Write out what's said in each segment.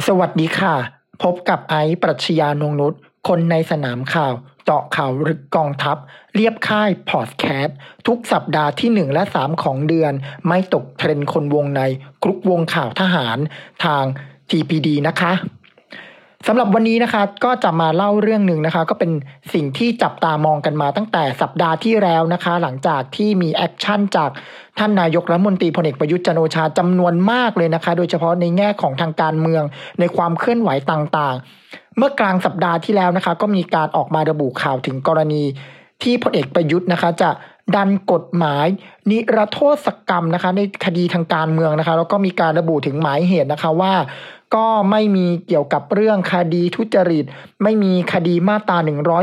สวัสดีค่ะพบกับไอซ์ปรัชญานงนุชคนในสนามข่าวเจาะข่าวลึกกองทัพเรียบค่ายพอดแคสต์ทุกสัปดาห์ที่1และ3ของเดือนไม่ตกเทรนด์คนวงในกรุ๊ปวงข่าวทหารทาง TPD นะคะสำหรับวันนี้นะคะก็จะมาเล่าเรื่องหนึ่งนะคะก็เป็นสิ่งที่จับตามองกันมาตั้งแต่สัปดาห์ที่แล้วนะคะหลังจากที่มีแอคชั่นจากท่านนายกรัฐมนตรีพลเอกประยุทธ์จันทร์โอชาจำนวนมากเลยนะคะโดยเฉพาะในแง่ของทางการเมืองในความเคลื่อนไหวต่างๆเมื่อกลางสัปดาห์ที่แล้วนะคะก็มีการออกมาระบุข่าวถึงกรณีที่พลเอกประยุทธ์นะคะจะดันกฎหมายนิรโทษกรรมนะคะในคดีทางการเมืองนะคะแล้วก็มีการระบุถึงหมายเหตุนะคะว่าก็ไม่มีเกี่ยวกับเรื่องคดีทุจริตไม่มีคดีมาตรา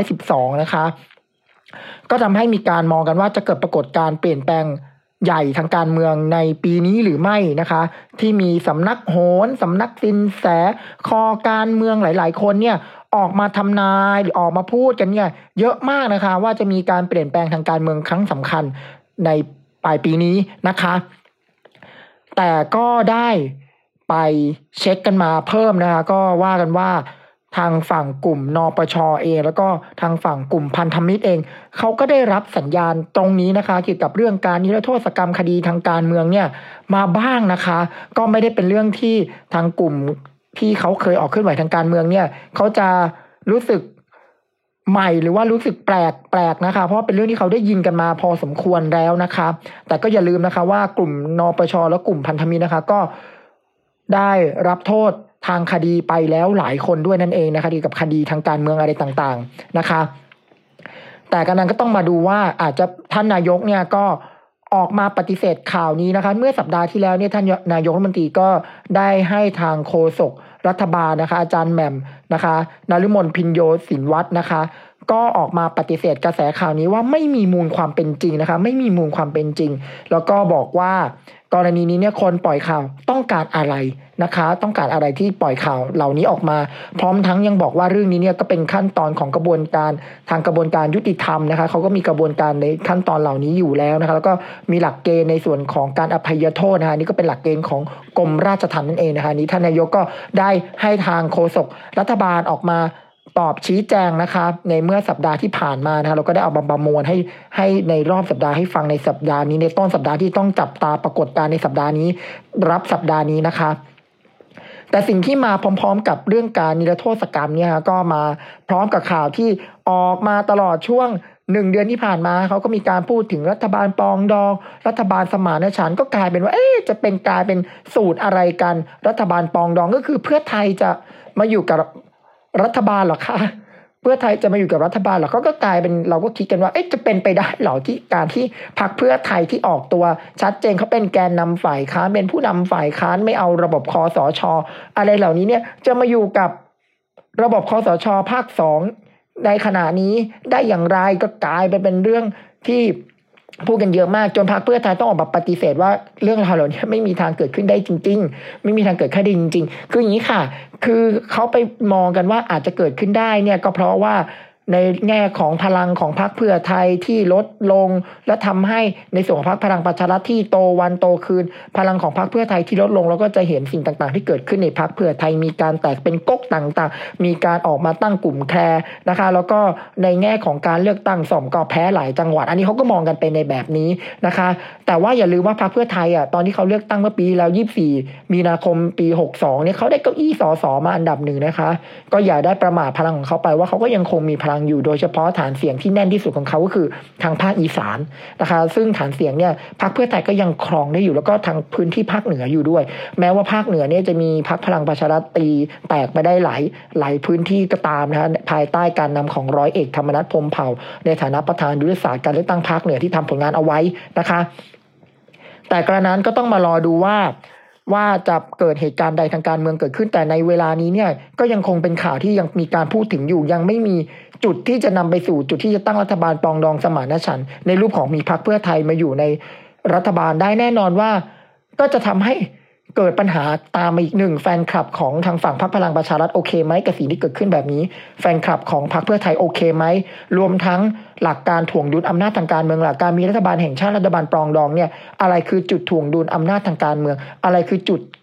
112นะคะก็ทำให้มีการมองกันว่าจะเกิดปรากฏการณ์เปลี่ยนแปลงใหญ่ทางการเมืองในปีนี้หรือไม่นะคะที่มีสำนักโหรสำนักสินแสคอการเมืองหลายๆคนเนี่ยออกมาทำนายหรือออกมาพูดกันเนี่ยเยอะมากนะคะว่าจะมีการเปลี่ยนแปลงทางการเมืองครั้งสำคัญในปลายปีนี้นะคะแต่ก็ได้ไปเช็คกันมาเพิ่มนะคะก็ว่ากันว่าทางฝั่งกลุ่มนปช.เองแล้วก็ทางฝั่งกลุ่มพันธมิตรเองเขาก็ได้รับสัญญาณตรงนี้นะคะเกี่ยวกับเรื่องการนิรโทษกรรมคดีทางการเมืองเนี่ยมาบ้างนะคะก็ไม่ได้เป็นเรื่องที่ทางกลุ่มที่เขาเคยออกเคลื่อนไหวทางการเมืองเนี่ยเขาจะรู้สึกใหม่หรือว่ารู้สึกแปลกนะคะเพราะเป็นเรื่องที่เขาได้ยินกันมาพอสมควรแล้วนะคะแต่ก็อย่าลืมนะคะว่ากลุ่มนปช.และกลุ่มพันธมิตรนะคะก็ได้รับโทษทางคดีไปแล้วหลายคนด้วยนั่นเองนะคะเกี่ยวกับคดีทางการเมืองอะไรต่างๆนะคะแต่กันนั้นก็ต้องมาดูว่าอาจจะท่านนายกเนี่ยก็ออกมาปฏิเสธข่าวนี้นะคะเมื่อสัปดาห์ที่แล้วเนี่ยท่านนายกรัฐมนตรีก็ได้ให้ทางโฆษกรัฐบาลนะคะอาจารย์แหม่มนะคะนฤมลพินโยศินวัฒน์นะคะก็ออกมาปฏิเสธกระแสข่าวนี้ว่าไม่มีมูลความเป็นจริงนะคะไม่มีมูลความเป็นจริงแล้วก็บอกว่ากรณีนี้เนี่ยคนปล่อยข่าวต้องการอะไรนะคะต้องการอะไรที่ปล่อยข่าวเหล่านี้ออกมาพร้อมทั้งยังบอกว่าเรื่องนี้เนี่ยก็เป็นขั้นตอนของกระบวนการทางกระบวนการยุติธรรมนะคะเขาก็มีกระบวนการในขั้นตอนเหล่านี้อยู่แล้วนะคะแล้วก็มีหลักเกณฑ์ในส่วนของการอภัยโทษนะคะนี่ก็เป็นหลักเกณฑ์ของกรมราชทัณฑ์นั่นเองนะคะนี้ท่านนายกก็ได้ให้ทางโฆษกรัฐบาลออกมาตอบชี้แจงนะคะในเมื่อสัปดาห์ที่ผ่านมานะคะเราก็ได้เอามาประมวลให้ในรอบสัปดาห์ให้ฟังในสัปดาห์นี้ในต้นสัปดาห์ที่ต้องจับตาปรากฏการณ์ในสัปดาห์นี้รับสัปดาห์นี้นะคะแต่สิ่งที่มาพร้อมๆกับเรื่องการนิรโทษกรรมเนี่ยก็มาพร้อมกับข่าวที่ออกมาตลอดช่วง1 เดือนที่ผ่านมาเขาก็มีการพูดถึงรัฐบาลปรองดองรัฐบาลสมานฉันท์ก็กลายเป็นว่าจะเป็นกลายเป็นสูตรอะไรกันรัฐบาลปรองดองก็คือเพื่อไทยจะมาอยู่กับรัฐบาลเหรอคะเพื่อไทยจะมาอยู่กับรัฐบาลเหรอเขาก็กลายเป็นเราก็คิดกันว่าจะเป็นไปได้เหรอที่การที่พรรคเพื่อไทยที่ออกตัวชัดเจนเขาเป็นแกนนำฝ่ายค้านเป็นผู้นำฝ่ายค้านไม่เอาระบบคสช.อะไรเหล่านี้เนี่ยจะมาอยู่กับระบบคสช.ภาค2ในขณะนี้ได้อย่างไรก็กลายไปเป็นเรื่องที่พูดกันเยอะมากจนพรรคเพื่อไทยต้องออกมาปฏิเสธว่าเรื่องราวเหล่านี้ไม่มีทางเกิดขึ้นได้จริงๆไม่มีทางเกิดขึ้นได้จริงๆคืออย่างนี้ค่ะคือเขาไปมองกันว่าอาจจะเกิดขึ้นได้เนี่ยก็เพราะว่าในแง่ของพลังของพรรคเพื่อไทยที่ลดลงและทำให้ในส่วนของพรรคพลังประชารัฐที่โตวันโตคืนพลังของพรรคเพื่อไทยที่ลดลงแล้วก็จะเห็นสิ่งต่างๆที่เกิดขึ้นในพรรคเพื่อไทยมีการแตกเป็นก๊กต่างๆมีการออกมาตั้งกลุ่มแคร์นะคะแล้วก็ในแง่ของการเลือกตั้งซ่อมก็แพ้หลายจังหวัดอันนี้เขาก็มองกันไปในแบบนี้นะคะแต่ว่าอย่าลืมว่าพรรคเพื่อไทยตอนที่เขาเลือกตั้งเมื่อปีแล้ว24 มีนาคมปี62เนี่ยเขาได้เก้าอี้สสมาอันดับ1นะคะก็อย่าได้ประมาทพลังของเขาไปว่าเขาก็ยังคงมีพลังอยู่โดยเฉพาะฐานเสียงที่แน่นที่สุดของเขาก็คือทางภาคอีสานนะคะซึ่งฐานเสียงเนี่ยพรรคเพื่อไทยก็ยังครองได้อยู่แล้วก็ทางพื้นที่ภาคเหนืออยู่ด้วยแม้ว่าภาคเหนือเนี่ยจะมีพรรคพลังประชารัฐตีแตกไปได้หลายพื้นที่ก็ตามนะคะภายใต้การนำของร้อยเอกธรรมนัสพรหมเผ่าในฐานะประธานยุทธศาสตร์การเลือกตั้งภาคเหนือที่ทำผลงานเอาไว้นะคะแต่กระนั้นก็ต้องมารอดูว่าจะเกิดเหตุการณ์ใดทางการเมืองเกิดขึ้นแต่ในเวลานี้เนี่ยก็ยังคงเป็นข่าวที่ยังมีการพูดถึงอยู่ยังไม่มีจุดที่จะนำไปสู่จุดที่จะตั้งรัฐบาลปรองดองสมานฉันท์ในรูปของมีพรรคเพื่อไทยมาอยู่ในรัฐบาลได้แน่นอนว่าก็จะทำให้เกิดปัญหาตามมาอีกหนึ่งแฟนคลับของทางฝั่งพรรคพลังประชารัฐโอเคไหมกับสิ่งที่เกิดขึ้นแบบนี้แฟนคลับของพรรคเพื่อไทยโอเคไหมรวมทั้งหลักการถ่วงดุลอำนาจทางการเมืองหลักการมีรัฐบาลแห่งชาติรัฐบาลปรองดองเนี่ยอะไรคือจุดถ่วงดุลอำนาจทางการเมืองอะไรคือจุด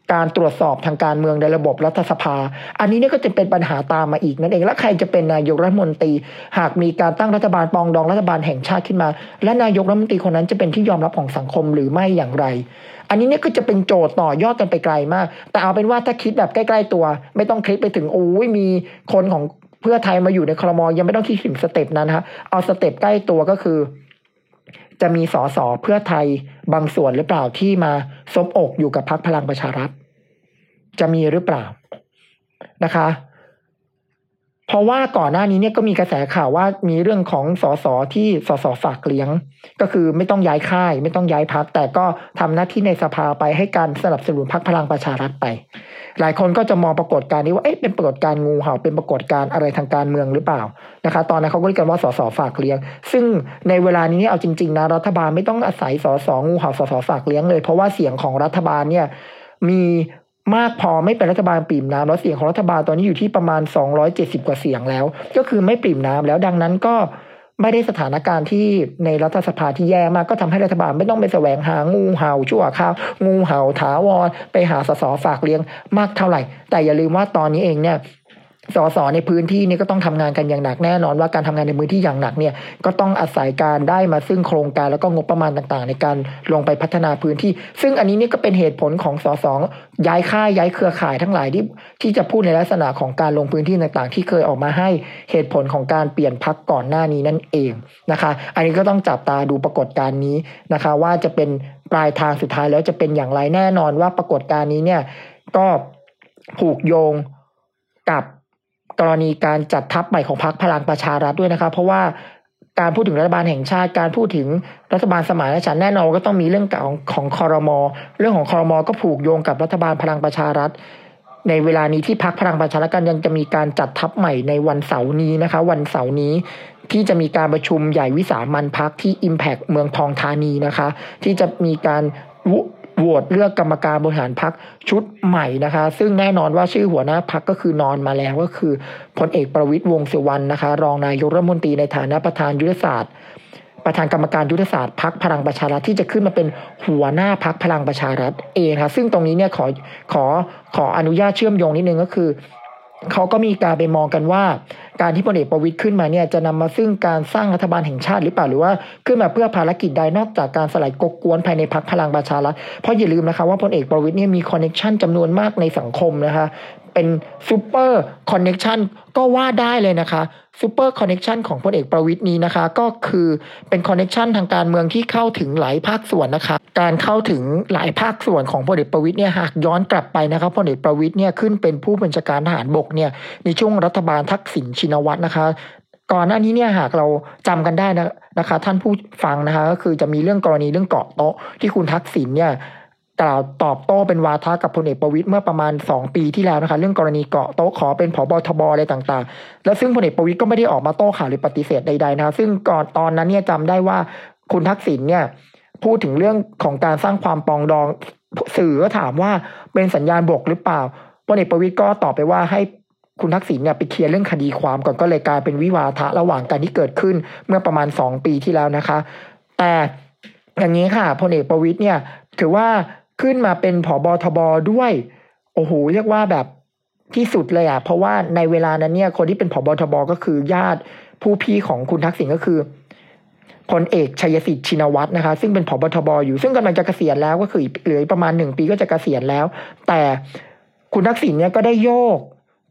การตรวจสอบทางการเมืองในระบบรัฐสภาอันนี้เนี่ยก็จะเป็นปัญหาตามมาอีกนั่นเองแล้วใครจะเป็นนายกรัฐมนตรีหากมีการตั้งรัฐบาลปองดองรัฐบาลแห่งชาติขึ้นมาและนายกรัฐมนตรีคนนั้นจะเป็นที่ยอมรับของสังคมหรือไม่อย่างไรอันนี้เนี่ยก็จะเป็นโจทย์ต่อยอดกันไปไกลมากแต่เอาเป็นว่าถ้าคิดแบบใกล้ๆตัวไม่ต้องคิดไปถึงโอ้ยมีคนของเพื่อไทยมาอยู่ในครม.ยังไม่ต้องคิดถึงสเต็ปนั้นฮะเอาสเต็ปใกล้ตัวก็คือจะมีสสเพื่อไทยบางส่วนหรือเปล่าที่มาซบอกอยู่กับพรรคพลังประชารัฐจะมีหรือเปล่านะคะเพราะว่าก่อนหน้านี้เนี่ยก็มีกระแสข่าวว่ามีเรื่องของสสที่สสฝากเลี้ยงก็คือไม่ต้องย้ายค่ายไม่ต้องย้ายพรรคแต่ก็ทำหน้าที่ในสภาไปให้การสนับสนุนพรรคพลังประชารัฐไปหลายคนก็จะมองปรากฏการณ์นี้ว่าเป็นปรากฏการณ์งูเห่าเป็นปรากฏการณ์อะไรทางการเมืองหรือเปล่านะคะตอนนั้นเขาก็เรียกกันว่าสสฝากเลี้ยงซึ่งในเวลานี้เอาจริงๆนะรัฐบาลไม่ต้องอาศัยสสงูเห่าสสฝากเลี้ยงเลยเพราะว่าเสียงของรัฐบาลเนี่ยมีมากพอไม่เป็นรัฐบาลปริ่มน้ำแล้วเสียงของรัฐบาลตอนนี้อยู่ที่ประมาณ270กว่าเสียงแล้วก็คือไม่ปริ่มน้ำแล้วดังนั้นก็ไม่ได้สถานการณ์ที่ในรัฐสภาที่แย่มากก็ทำให้รัฐบาลไม่ต้องไปแสวงหางูเห่าชั่วคราวงูเห่าถาวรไปหาสสฝากเลี้ยงมากเท่าไหร่แต่อย่าลืมว่าตอนนี้เองเนี่ยสสในพื้นที่นี่ก็ต้องทำงานกันอย่างหนักแน่นอนว่าการทำงานในพื้นที่อย่างหนักเนี่ยก็ต้องอาศัยการได้มาซึ่งโครงการแล้วก็งบประมาณต่างๆในการลงไปพัฒนาพื้นที่ซึ่งอันนี้นี่ก็เป็นเหตุผลของสสย้ายค่ายย้ายเครือข่ายทั้งหลายที่จะพูดในลักษณะของการลงพื้นที่ต่างๆที่เคยออกมาให้เหตุผลของการเปลี่ยนพรรคก่อนหน้านี้นั่นเองนะคะอันนี้ก็ต้องจับตาดูปรากฏการณ์นี้นะคะว่าจะเป็นปลายทางสุดท้ายแล้วจะเป็นอย่างไรแน่นอนว่าปรากฏการณ์นี้เนี่ยก็ผูกโยงกับกรณีการจัดทัพใหม่ของพรรคพลังประชารัฐด้วยนะคะเพราะว่าการพูดถึงรัฐบาลแห่งชาติการพูดถึงรัฐบาลสมานฉันท์แน่นอนก็ต้องมีเรื่องของครม.เรื่องของครม.ก็ผูกโยงกับรัฐบาลพลังประชารัฐในเวลานี้ที่พรรคพลังประชารัฐกันยังจะมีการจัดทัพใหม่ในวันเสาร์นี้นะคะวันเสาร์นี้ที่จะมีการประชุมใหญ่วิสามัญพรรคที่ Impact เมืองทองธานีนะคะที่จะมีการโหวตเลือกกรรมการบริหารพรรคชุดใหม่นะคะซึ่งแน่นอนว่าชื่อหัวหน้าพรรคก็คือนอนมาแล้วก็คือพลเอกประวิตรวงษ์สุวรรณนะคะรองนายกรัฐมนตรีในฐานะประธานยุทธศาสตร์ประธานกรรมการยุทธศาสตร์พรรคพลังประชารัฐที่จะขึ้นมาเป็นหัวหน้าพรรคพลังประชารัฐเองค่ะซึ่งตรงนี้เนี่ยขออนุญาตเชื่อมโยงนิดนึงก็คือเขาก็มีการไปมองกันว่าการที่พลเอกประวิตรขึ้นมาเนี่ยจะนำมาซึ่งการสร้างรัฐบาลแห่งชาติหรือเปล่าหรือว่าขึ้นมาเพื่อภารกิจใดนอกจากการสลายก๊กกวนภายในพรรคพลังประชารัฐเพราะอย่าลืมนะคะว่าพลเอกประวิตรเนี่ยมีคอนเนคชั่นจำนวนมากในสังคมนะคะเป็นซูเปอร์คอนเนคชั่นก็ว่าได้เลยนะคะซูเปอร์คอนเนคชั่นของพลเอกประวิตรนี้นะคะก็คือเป็นคอนเนคชั่นทางการเมืองที่เข้าถึงหลายภาคส่วนนะคะการเข้าถึงหลายภาคส่วนของพลเอกประวิตรเนี่ยหากย้อนกลับไปนะครับพลเอกประวิตรเนี่ยขึ้นเป็นผู้บัญชาการทหารบกเนี่ยในช่วงรัฐบาลทักษิณชินวัตรนะคะก่อนหน้านี้เนี่ยหากเราจำกันได้นะคะท่านผู้ฟังนะคะก็คือจะมีเรื่องกรณีเรื่องเกาะโต๊ะที่คุณทักษิณเนี่ยกล่าวตอบโต้เป็นวาทะกับพลเอกประวิตรเมื่อประมาณ2ปีที่แล้วนะคะเรื่องกรณีเกาะโต๊ะขอเป็นผบทบอะไรต่างๆแล้วซึ่งพลเอกประวิตรก็ไม่ได้ออกมาโต้ข่าวหรือปฏิเสธใดๆนะคะซึ่งก่อนตอนนั้นเนี่ยจำได้ว่าคุณทักษิณเนี่ยพูดถึงเรื่องของการสร้างความปองดองสื่อก็ถามว่าเป็นสัญญาณบวกหรือเปล่าพลเอกประวิตรก็ตอบไปว่าให้คุณทักษิณเนี่ยไปเคลียร์เรื่องคดีความก่อนก็เลยกลายเป็นวิวาทะระหว่างกันที่เกิดขึ้นเมื่อประมาณ2ปีที่แล้วนะคะแต่อย่างนี้ค่ะพลเอกประวิตรเนี่ยถือว่าขึ้นมาเป็นผบทบด้วยโอ้โหเรียกว่าแบบที่สุดเลยอ่ะเพราะว่าในเวลานั้นเนี่ยคนที่เป็นผบทบก็คือญาติผู้พี่ของคุณทักษิณก็คือพลเอกชัยสิทธิ์ชินวัตรนะคะซึ่งเป็นผบทบอยู่ซึ่งกำลังจะเกษียณแล้วก็คือเหลือประมาณ1ปีก็จะเกษียณแล้วแต่คุณทักษิณเนี่ยก็ได้โยก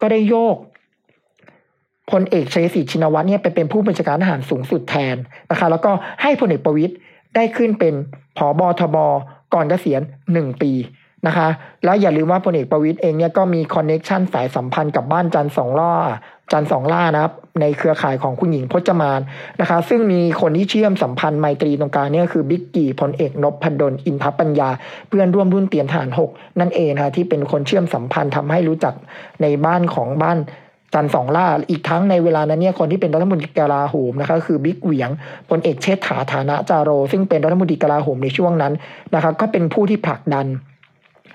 พลเอกชัยสิทธิ์ชินวัตรเนี่ยไปเป็นผู้บัญชาการทหารสูงสุดแทนนะคะแล้วก็ให้พลเอกประวิตรได้ขึ้นเป็นผบทบก่อนเกษียณ1ปีนะคะแล้วอย่าลืมว่าพลเอกประวิตรเองเนี่ยก็มีคอนเนคชั่นสายสัมพันธ์กับบ้านจันทร์สองล่านะครับในเครือข่ายของคุณหญิงพจมานนะคะซึ่งมีคนที่เชื่อมสัมพันธ์ไมตรีตรงกลางเนี่ยคือบิ๊กกี้พลเอกนพดลอินทปัญญาเพื่อนร่วมรุ่นเตรียมทหาร6นั่นเองนะคะที่เป็นคนเชื่อมสัมพันธ์ทำให้รู้จักในบ้านของบ้านจันทร์สองล่าอีกทั้งในเวลานั้นเนี่ยคนที่เป็นรัฐมนตรีกลาโหมนะคะคือบิ๊กเหวียงพลเอกเชษฐาฐานะจาโรซึ่งเป็นรัฐมนตรีกลาโหมในช่วงนั้นนะคะก็เป็นผู้ที่ผลักดัน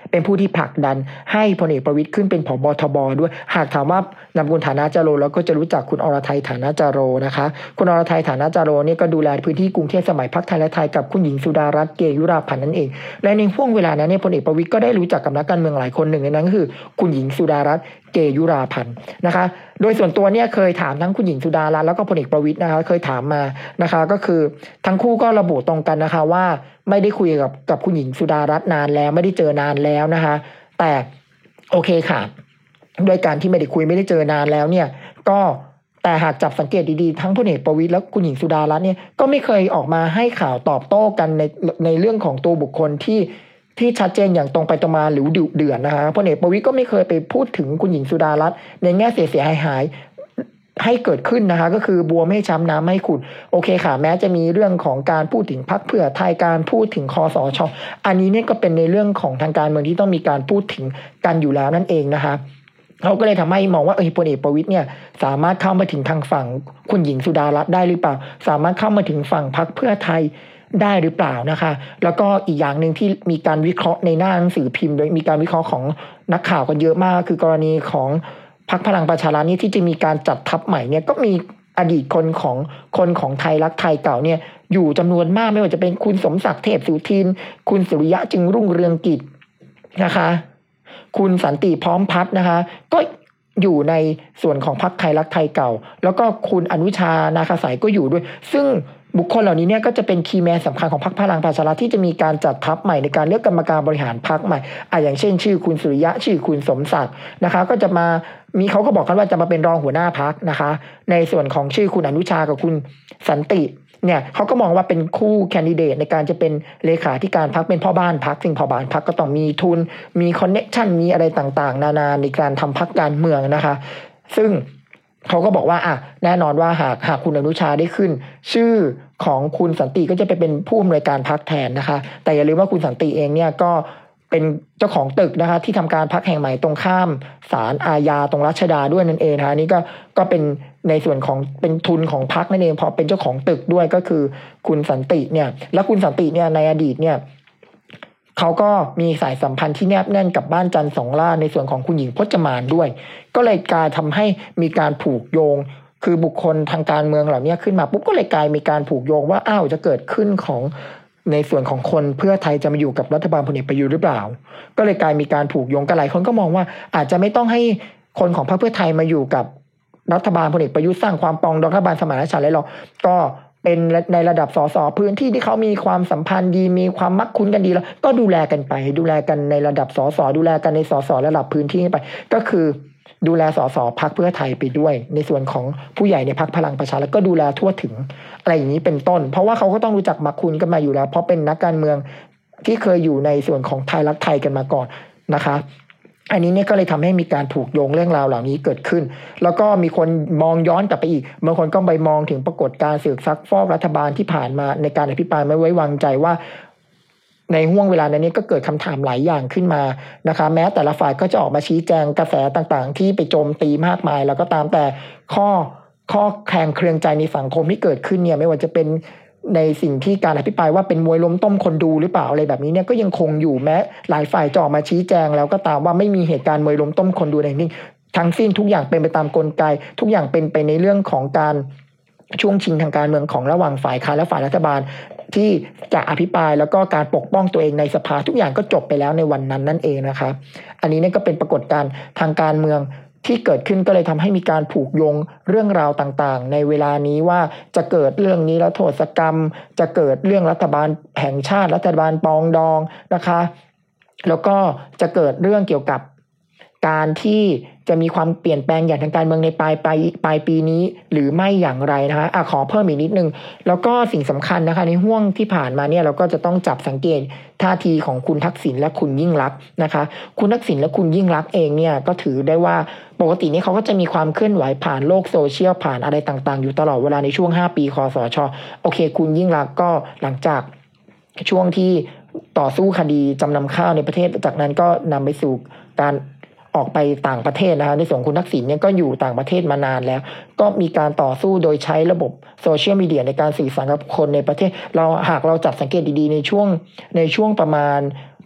เป็นผู้ที่ผลักดันให้พลเอกประวิตรขึ้นเป็นผบ.ทบ.ด้วยหากถามว่านามสกุลฐานะจาโรแล้วก็จะรู้จักคุณอรทัยฐานะจาโรนะคะคุณอรทัยฐานะจาโรนี่ก็ดูแลพื้นที่กรุงเทพสมัยพรรคไทยและไทยกับคุณหญิงสุดารัตน์เกยุราพันธ์นั่นเองและในช่วงเวลานั้นเนี่ยพลเอกประวิตรก็ได้รู้จักกับนักการเมืองหลายคนหนึ่งในนั้นก็คือคุณหญิงสุดารัตน์เกยุราพันธ์นะคะโดยส่วนตัวเนี่ยเคยถามทั้งคุณหญิงสุดารัตน์แล้วก็พลเอกประวิตรนะคะเคยถามมานะคะก็คือทั้งคู่ก็ระบุตรงกันนะคะว่าไม่ได้คุยกับคุณหญิงสุดารัตน์นานแล้วไม่ได้เจอนานแล้วนะคะแต่โอเคค่ะด้วยการที่ไม่ได้คุยไม่ได้เจอนานแล้วเนี่ยก็แต่หากจับสังเกตดีๆทั้งพลเอกประวิตรและคุณหญิงสุดารัตน์เนี่ยก็ไม่เคยออกมาให้ข่าวตอบโต้กันในเรื่องของตัวบุคคลที่ชัดเจนอย่างตรงไปตรงมาหรือดุเดือดนะคะพลเอกประวิตรก็ไม่เคยไปพูดถึงคุณหญิงสุดารัตน์ในแง่เสียหายให้เกิดขึ้นนะคะก็คือบัวไม่ช้ำน้ำไม่ขุ่นโอเคค่ะแม้จะมีเรื่องของการพูดถึงพรรคเพื่อไทยการพูดถึงคสช.อันนี้เนี่ยก็เป็นในเรื่องของทางการเมืองที่ต้องมีการพูดถึงกันอยู่แล้วนั่นเองนะคะเขาก็เลยทำให้มองว่าพลเอกประวิตรเนี่ยสามารถเข้ามาถึงทางฝั่งคุณหญิงสุดารัตน์ได้หรือเปล่าสามารถเข้ามาถึงฝั่งพรรคเพื่อไทยได้หรือเปล่านะคะแล้วก็อีกอย่างหนึ่งที่มีการวิเคราะห์ในหน้าหนังสือพิมพ์โดยมีการวิเคราะห์ของนักข่าวกันเยอะมากคือกรณีของพรรคพลังประชารัฐนี่ที่จะมีการจัดทัพใหม่เนี่ยก็มีอดีตคนของไทยรักไทยเก่าเนี่ยอยู่จำนวนมากไม่ว่าจะเป็นคุณสมศักดิ์เทพสุทินคุณสุริยะจึงรุ่งเรืองกิจนะคะคุณสันติพร้อมพัฒน์นะคะก็อยู่ในส่วนของพรรคไทยรักไทยเก่าแล้วก็คุณอนุชานาคาสายก็อยู่ด้วยซึ่งบุคคลเหล่านี้เนี่ยก็จะเป็นคีย์แมนสำคัญของพรรคพลังประชารัฐที่จะมีการจัดทัพใหม่ในการเลือกกรรมการบริหารพรรคใหม่อย่างเช่นชื่อคุณสุริยะชื่อคุณสมศักดิ์นะคะก็จะมามีเขาก็บอกกันว่าจะมาเป็นรองหัวหน้าพรรคนะคะในส่วนของชื่อคุณอนุชากับคุณสันติเนี่ยเขาก็มองว่าเป็นคู่แคนดิเดตในการจะเป็นเลขาธิการพรรคเป็นพ่อบ้านพรรคซึ่งพ่อบ้านพรรคก็ต้องมีทุนมีคอนเนคชั่นมีอะไรต่างๆนานาในการทำพรรคการเมืองนะคะซึ่งเขาก็บอกว่าแน่นอนว่าหากคุณอนุชาได้ขึ้นชื่อของคุณสันติก็จะไปเป็นผู้อำนวยการพรรคแทนนะคะแต่อย่าลืมว่าคุณสันติเองเนี่ยก็เป็นเจ้าของตึกนะคะที่ทำการพรรคแห่งใหม่ตรงข้ามศาลอาญาตรงรัชดาด้วยนั่นเองนะคะนี่ก็เป็นในส่วนของเป็นทุนของพรรคนั่นเองพอเป็นเจ้าของตึกด้วยก็คือคุณสันติเนี่ยและคุณสันติเนี่ยในอดีตเนี่ยเขาก็มีสายสัมพันธ์ที่แนบแน่นกับบ้านจันทร์สองล่าในส่วนของคุณหญิงพจมานด้วยก็เลยกลายทำให้มีการผูกโยงคือบุคคลทางการเมืองเหล่านี้ขึ้นมาปุ๊บก็เลยกลายมีการผูกโยงว่าจะเกิดขึ้นของในส่วนของคนเพื่อไทยจะมาอยู่กับรัฐบาลพลเอกประยุทธ์หรือเปล่าก็เลยกลายมีการผูกโยงกันหลายคนก็มองว่าอาจจะไม่ต้องให้คนของพรรคเพื่อไทยมาอยู่กับรัฐบาลพลเอกประยุทธ์สร้างความปองดองรัฐบาลสมานฉันท์เลยหรอกก็เป็นในระดับสสพื้นที่ที่เขามีความสัมพันธ์ดีมีความมักคุ้นกันดีแล้วก็ดูแลกันไปดูแลกันในระดับสสดูแลกันในสสระดับพื้นที่ไปก็คือดูแลสสพรรคเพื่อไทยไปด้วยในส่วนของผู้ใหญ่ในพรรคพลังประชารัฐก็ดูแลทั่วถึงอะไรอย่างนี้เป็นต้นเพราะว่าเขาก็ต้องรู้จักมักคุ้นกันมาอยู่แล้วเพราะเป็นนักการเมืองที่เคยอยู่ในส่วนของไทยรักไทยกันมาก่อนนะคะอันนี้เนี่ยก็เลยทำให้มีการผูกโยงเรื่องราวเหล่านี้เกิดขึ้นแล้วก็มีคนมองย้อนกลับไปอีกบางคนก็ไปมองถึงปรากฏการณ์สืบซักฟอกรัฐบาลที่ผ่านมาในการอภิปรายไม่ไว้วางใจว่าในห่วงเวลานั้นก็เกิดคำถามหลายอย่างขึ้นมานะคะแม้แต่ละฝ่ายก็จะออกมาชี้แจงกระแสต่างๆที่ไปโจมตีมากมายแล้วก็ตามแต่ข้อแคลงเครืองใจในสังคมที่เกิดขึ้นเนี่ยไม่ว่าจะเป็นในสิ่งที่การอภิปรายว่าเป็นมวยล้มต้มคนดูหรือเปล่าอะไรแบบนี้เนี่ยก็ยังคงอยู่แม้หลายฝ่ายจะออกมาชี้แจงแล้วก็ตามว่าไม่มีเหตุการณ์มวยล้มต้มคนดูใดนี้ทั้งสิ้นทุกอย่างเป็นไปตามกลไกทุกอย่างเป็นไปในเรื่องของการช่วงชิงทางการเมืองของระหว่างฝ่ายค้านและฝ่ายรัฐบาลที่จะอภิปรายแล้วก็การปกป้องตัวเองในสภาทุกอย่างก็จบไปแล้วในวันนั้นนั่นเองนะคะอันนี้เนี่ยก็เป็นปรากฏการณ์ทางการเมืองที่เกิดขึ้นก็เลยทำให้มีการผูกโยงเรื่องราวต่างๆในเวลานี้ว่าจะเกิดเรื่องนี้แล้วโทษกรรมจะเกิดเรื่องรัฐบาลแห่งชาติรัฐบาลปองดองนะคะแล้วก็จะเกิดเรื่องเกี่ยวกับการที่จะมีความเปลี่ยนแปลงอย่างทางการเมืองในปลายปีนี้หรือไม่อย่างไรนะคะขอเพิ่มอีกนิดนึงแล้วก็สิ่งสำคัญนะคะในห่วงที่ผ่านมาเนี่ยเราก็จะต้องจับสังเกตท่าทีของคุณทักษิณและคุณยิ่งลักษณ์นะคะคุณทักษิณและคุณยิ่งลักษณ์เองเนี่ยก็ถือได้ว่าปกตินี้เขาก็จะมีความเคลื่อนไหวผ่านโลกโซเชียลผ่านอะไรต่างๆอยู่ตลอดเวลาในช่วง5ปีคสช.โอเคคุณยิ่งลักษณ์ก็หลังจากช่วงที่ต่อสู้คดีจำนำข้าวในประเทศจากนั้นก็นำไปสู่การออกไปต่างประเทศนะคะในส่วนคุณทักษิณเนี่ยก็อยู่ต่างประเทศมานานแล้วก็มีการต่อสู้โดยใช้ระบบโซเชียลมีเดียในการสื่อสารกับคนในประเทศหากเราจับสังเกตดีๆในช่วงประมาณ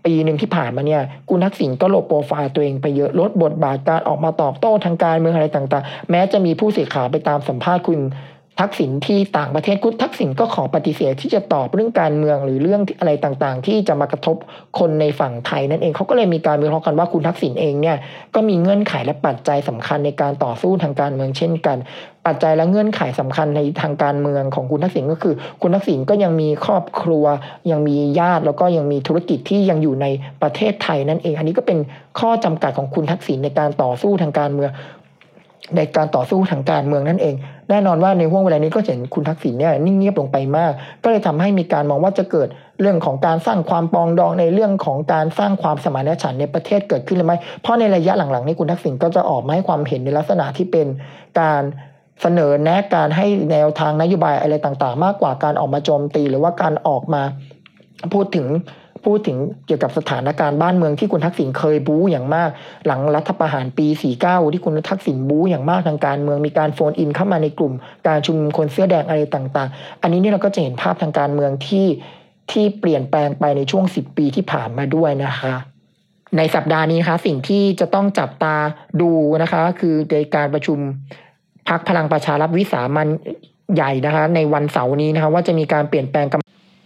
ปีหนึ่งที่ผ่านมาเนี่ยคุณทักษิณก็ลดโปรไฟล์ตัวเองไปเยอะลดบทบาทการออกมาตอบโต้ทางการเมืองอะไรต่างๆแม้จะมีผู้สื่อข่าวไปตามสัมภาษณ์คุณทักษิณที่ต่างประเทศคุณทักษิณก็ขอปฏิเสธที่จะตอบเรื่องการเมืองหรือเรื่องอะไรต่างๆที่จะมากระทบคนในฝั่งไทยนั่นเองเขาก็เลยมีการวิเคราะห์กันว่าคุณทักษิณเองเนี่ยก็มีเงื่อนไขและปัจจัยสำคัญในการต่อสู้ทางการเมืองเช่นกันปัจจัยและเงื่อนไขสำคัญในทางการเมืองของคุณทักษิณก็คือคุณทักษิณก็ยังมีครอบครัวยังมีญาติแล้วก็ยังมีธุรกิจที่ยังอยู่ในประเทศไทยนั่นเองอันนี้ก็เป็นข้อจำกัดของคุณทักษิณในการต่อสู้ทางการเมืองในการต่อสู้ทางการเมืองนั่นเองแน่นอนว่าในห่วงเวลานี้ก็เห็นคุณทักษิณเนี่ยนิ่งเงียบลงไปมากก็เลยทำให้มีการมองว่าจะเกิดเรื่องของการสร้างความปองดองในเรื่องของการสร้างความสมานฉันท์ในประเทศเกิดขึ้นหรือไม่เพราะในระยะหลังๆนี้คุณทักษิณก็จะออกมาให้ความเห็นในลักษณะที่เป็นการเสนอแนะการให้แนวทางนโยบายอะไรต่างๆมากกว่าการออกมาโจมตีหรือว่าการออกมาพูดถึงเกี่ยวกับสถานการณ์บ้านเมืองที่คุณทักษิณเคยบู๊อย่างมากหลังรัฐประหารปี49ที่คุณทักษิณบู๊อย่างมากทางการเมืองมีการโฟนอินเข้ามาในกลุ่มการชุมนุมคนเสื้อแดงอะไรต่างๆอันนี้นี่เราก็จะเห็นภาพทางการเมืองที่เปลี่ยนแปลงไปในช่วง10 ปีที่ผ่านมาด้วยนะคะในสัปดาห์นี้นะคะสิ่งที่จะต้องจับตาดูนะคะคือในการประชุมพรรคพลังประชารัฐวิสามัญใหญ่นะคะในวันเสาร์นี้นะคะว่าจะมีการเปลี่ยนแปลง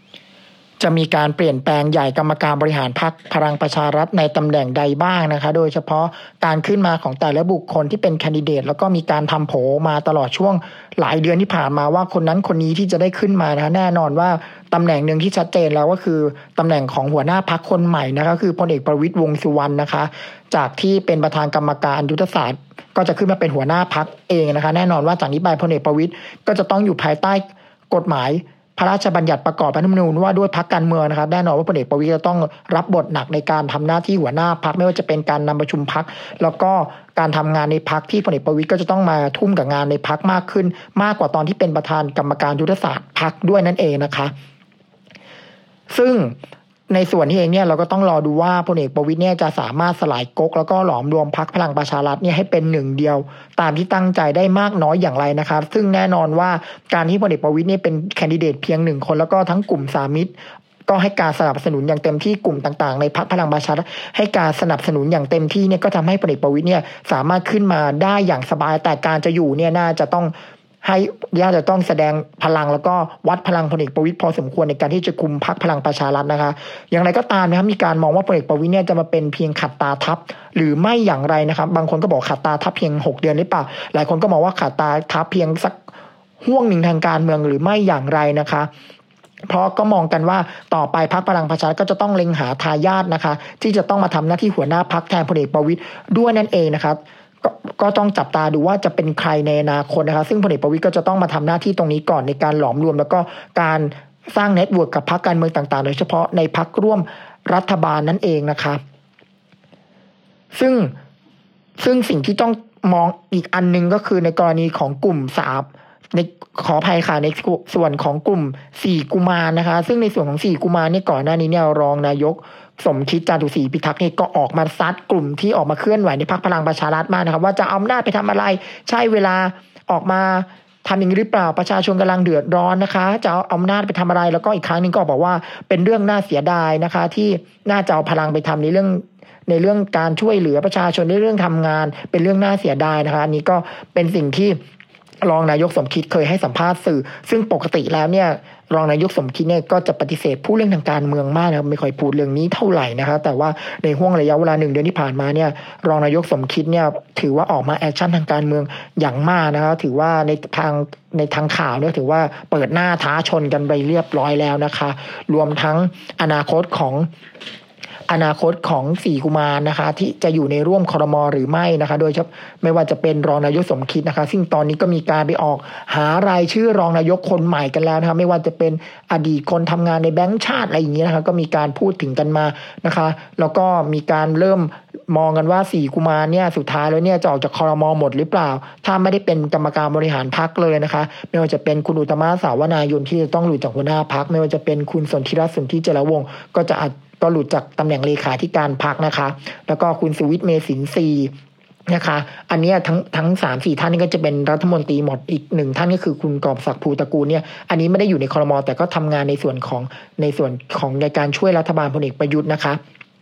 ใหญ่กรรมการบริหารพรรคพลังประชารัฐในตำแหน่งใดบ้างนะคะโดยเฉพาะการขึ้นมาของแต่ละบุคคลที่เป็นแคนดิเดตแล้วก็มีการทำโผมาตลอดช่วงหลายเดือนที่ผ่านมาว่าคนนั้นคนนี้ที่จะได้ขึ้นมานะแน่นอนว่าตำแหน่งหนึ่งที่ชัดเจนแล้วก็คือตำแหน่งของหัวหน้าพรรคคนใหม่นะคะคือพลเอกประวิตรวงษ์สุวรรณนะคะจากที่เป็นประธานกรรมการยุทธศาสตร์ก็จะขึ้นมาเป็นหัวหน้าพรรคเองนะคะแน่นอนว่าจากนี้ไปพลเอกประวิตรก็จะต้องอยู่ภายใต้กฎหมายพระราชบัญญัติประกอบรัฐธรรมนูญว่าด้วยพรรคการเมืองนะครับแน่นอนว่าพลเอกประวิตรจะต้องรับบทหนักในการทำหน้าที่หัวหน้าพรรคไม่ว่าจะเป็นการนำประชุมพรรคแล้วก็การทำงานในพรรคที่พลเอกประวิตรก็จะต้องมาทุ่มกับงานในพรรคมากขึ้นมากกว่าตอนที่เป็นประธานกรรมการยุทธศาสตร์พรรคด้วยนั่นเองนะคะซึ่งในส่วนนี้เองเนี่ยเราก็ต้องรอดูว่าพลเอกประวิตรเนี่ยจะสามารถสลายก๊กแล้วก็หลอมรวมพรรคพลังประชารัฐเนี่ยให้เป็นหนึ่งเดียวตามที่ตั้งใจได้มากน้อยอย่างไรนะครับซึ่งแน่นอนว่าการที่พลเอกประวิตรเนี่ยเป็นแคนดิเดตเพียง1 คนแล้วก็ทั้งกลุ่มสามิตรก็ให้การสนับสนุนอย่างเต็มที่กลุ่มต่างๆในพรรคพลังประชารัฐให้การสนับสนุนอย่างเต็มที่เนี่ยก็ทำให้พลเอกประวิตรเนี่ยสามารถขึ้นมาได้อย่างสบายแต่การจะอยู่เนี่ยน่าจะต้องแสดงพลังแล้วก็วัดพลังพลเอกประวิตรพอสมควรในการที่จะคุมพรรคพลังประชารัฐนะคะอย่างไรก็ตามนะครับมีการมองว่าพลเอกประวิตรเนี่ยจะมาเป็นเพียงขัดตาทัพหรือไม่อย่างไรนะครับบางคนก็บอกขัดตาทัพเพียง6 เดือนหรือเปล่าหลายคนก็มองว่าขัดตาทัพเพียงสักห่วงหนึ่งทางการเมืองหรือไม่อย่างไรนะคะเพราะก็มองกันว่าต่อไปพรรคพลังประชารัฐก็จะต้องเล็งหาทายาทนะคะที่จะต้องมาทำหน้าที่หัวหน้าพรรคแทนพลเอกประวิตรด้วยนั่นเองนะครับก็ต้องจับตาดูว่าจะเป็นใครในอนาคตนะคะซึ่งพลเอกประวิตรก็จะต้องมาทำหน้าที่ตรงนี้ก่อนในการหลอมรวมแล้วก็การสร้างเน็ตเวิร์กกับพรรคการเมืองต่างๆโดยเฉพาะในพรรคร่วมรัฐบาลนั่นเองนะคะซึ่งสิ่งที่ต้องมองอีกอันนึงก็คือในกรณีของกลุ่มในขออภัยค่ะในส่วนของกลุ่ม4 กุมารนะคะซึ่งในส่วนของ4 กุมารนี่ก่อนหน้านี้เนี่ยรองนายกสมคิดจาตุศรีพิทักษ์นี่ก็ออกมาซัดกลุ่มที่ออกมาเคลื่อนไหวในพรรคพลังประชารัฐมากนะครับว่าจะเอาอำนาจไปทำอะไรใช่เวลาออกมาทำอย่างนี้หรือเปล่าประชาชนกำลังเดือดร้อนนะคะจะเอาอำนาจไปทำอะไรแล้วก็อีกครั้งนึงก็บอกว่าเป็นเรื่องน่าเสียดายนะคะที่น่าจะเอาพลังไปทำในเรื่องการช่วยเหลือประชาชนในเรื่องทำงานเป็นเรื่องน่าเสียดายนะคะอันนี้ก็เป็นสิ่งที่รองนายกสมคิดเคยให้สัมภาษณ์สื่อซึ่งปกติแล้วเนี่ยรองนายกสมคิดเนี่ยก็จะปฏิเสธพูดเรื่องทางการเมืองมากนะครับไม่ค่อยพูดเรื่องนี้เท่าไหร่นะคะแต่ว่าในห่วงระยะเวลา1 เดือนที่ผ่านมาเนี่ยรองนายกสมคิดเนี่ยถือว่าออกมาแอคชั่นทางการเมืองอย่างมากนะคะถือว่าในทางข่าวเนี่ยถือว่าเปิดหน้าท้าชนกันไปเรียบร้อยแล้วนะคะรวมทั้งอนาคตของ4 กุมารนะคะที่จะอยู่ในร่วมครม.หรือไม่นะคะโดยเฉพาะไม่ว่าจะเป็นรองนายกสมคิดนะคะซึ่งตอนนี้ก็มีการไปออกหารายชื่อรองนายกคนใหม่กันแล้วนะคะไม่ว่าจะเป็นอดีตคนทำงานในแบงก์ชาติอะไรอย่างนี้นะคะก็มีการพูดถึงกันมานะคะแล้วก็มีการเริ่มมองกันว่า4 กุมารเนี่ยสุดท้ายแล้วเนี่ยจะออกจากครม.หมดหรือเปล่าถ้าไม่ได้เป็นกรรมการบริหารพรรคเลยนะคะไม่ว่าจะเป็นคุณอุตตมะ สาวนายนที่จะต้องหลุดจากหัวหน้าพรรคไม่ว่าจะเป็นคุณสนธิรัตน์ สนธิเจริญวงศ์ก็หลุดจากตำแหน่งเลขาธิการพรรคนะคะแล้วก็คุณสุวิทย์ เมษินทรีย์นะคะอันนี้ทั้ง 3-4 ท่านนี่ก็จะเป็นรัฐมนตรีหมดอีก1 ท่านก็คือคุณกอบศักดิ์ภูตระกูลเนี่ยอันนี้ไม่ได้อยู่ในครม.แต่ก็ทำงานในส่วนของในการช่วยรัฐบาลพลเอกประยุทธ์นะคะ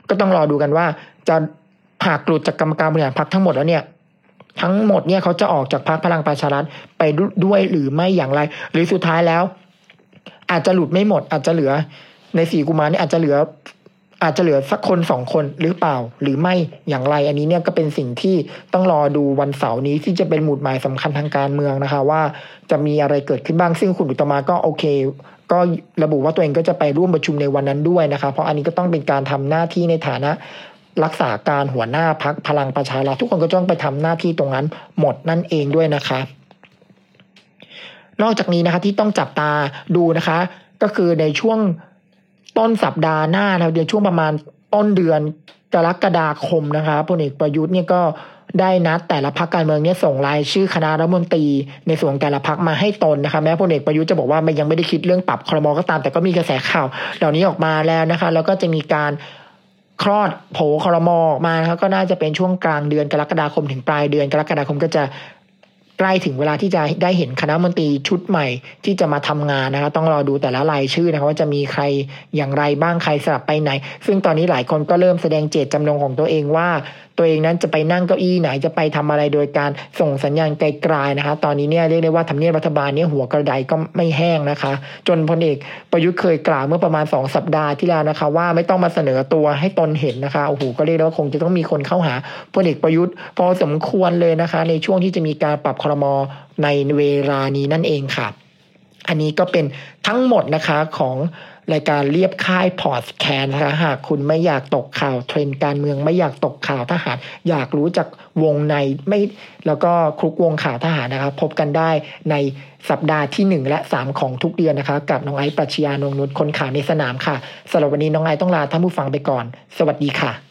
ก็ต้องรอดูกันว่าจะหากหลุดจากกรรมการบริหารพรรคทั้งหมดแล้วเนี่ยเขาจะออกจากพรรคพลังประชารัฐไปด้วยหรือไม่อย่างไรหรือสุดท้ายแล้วอาจจะหลุดไม่หมดอาจจะเหลือใน4กุมารนี่อาจจะเหลือสักคน2คนหรือเปล่าหรือไม่อย่างไรอันนี้เนี่ยก็เป็นสิ่งที่ต้องรอดูวันเสาร์นี้ที่จะเป็นหมุดหมายสำคัญทางการเมืองนะคะว่าจะมีอะไรเกิดขึ้นบ้างซึ่งคุณอุตตมะก็โอเคก็ระบุว่าตัวเองก็จะไปร่วมประชุมในวันนั้นด้วยนะคะเพราะอันนี้ก็ต้องเป็นการทำหน้าที่ในฐานะรักษาการหัวหน้าพรรคพลังประชารัฐทุกคนก็ต้องไปทำหน้าที่ตรงนั้นหมดนั่นเองด้วยนะคะนอกจากนี้นะคะที่ต้องจับตาดูนะคะก็คือในช่วงต้นสัปดาห์หน้านะในช่วงประมาณต้นเดือนกรกฎาคมนะคะพลเอกประยุทธ์เนี่ยก็ได้นัดแต่ละพรรคการเมืองเนี่ยส่งรายชื่อคณะรัฐมนตรีในส่วนแต่ละพรรคมาให้ตนนะคะแม้พลเอกประยุทธ์จะบอกว่ายังไม่ได้คิดเรื่องปรับครม.ก็ตามแต่ก็มีกระแสข่าวเหล่านี้ออกมาแล้วนะคะแล้วก็จะมีการคลอดโผครม.ออกมานะคะก็น่าจะเป็นช่วงกลางเดือนกรกฎาคมถึงปลายเดือนกรกฎาคมก็จะใกล้ถึงเวลาที่จะได้เห็นคณะมนตรีชุดใหม่ที่จะมาทำงานนะคะต้องรอดูแต่ละรายชื่อนะคะว่าจะมีใครอย่างไรบ้างใครสลับไปไหนซึ่งตอนนี้หลายคนก็เริ่มแสดงเจตจำนงของตัวเองว่าตัวเองนั้นจะไปนั่งเก้าอี้ไหนจะไปทำอะไรโดยการส่งสัญญาณไกลๆนะคะตอนนี้เนี่ยเรียกได้ว่าทำเนียบรัฐบาลเนี่ยหัวกระไดก็ไม่แห้งนะคะจนพลเอกประยุทธ์เคยกล่าวเมื่อประมาณ2สัปดาห์ที่แล้วนะคะว่าไม่ต้องมาเสนอตัวให้ตนเห็นนะคะโอ้โหก็เรียกว่าคงจะต้องมีคนเข้าหาพลเอกประยุทธ์พอสมควรเลยนะคะในช่วงที่จะมีการปรับครม.ในเวลานี้นั่นเองค่ะอันนี้ก็เป็นทั้งหมดนะคะของรายการเรียบค่ายพอดแคสต์นะคะหากคุณไม่อยากตกข่าวเทรนด์การเมืองไม่อยากตกข่าวทหารอยากรู้จักวงในไม่แล้วก็คลุกวงข่าวทหารนะคะพบกันได้ในสัปดาห์ที่1และ3ของทุกเดือนนะคะกับน้องไอซ์ ปรัชญานงค์นุชคนข่าวในสนามค่ะสำหรับวันนี้น้องไอซ์ต้องลาท่านผู้ฟังไปก่อนสวัสดีค่ะ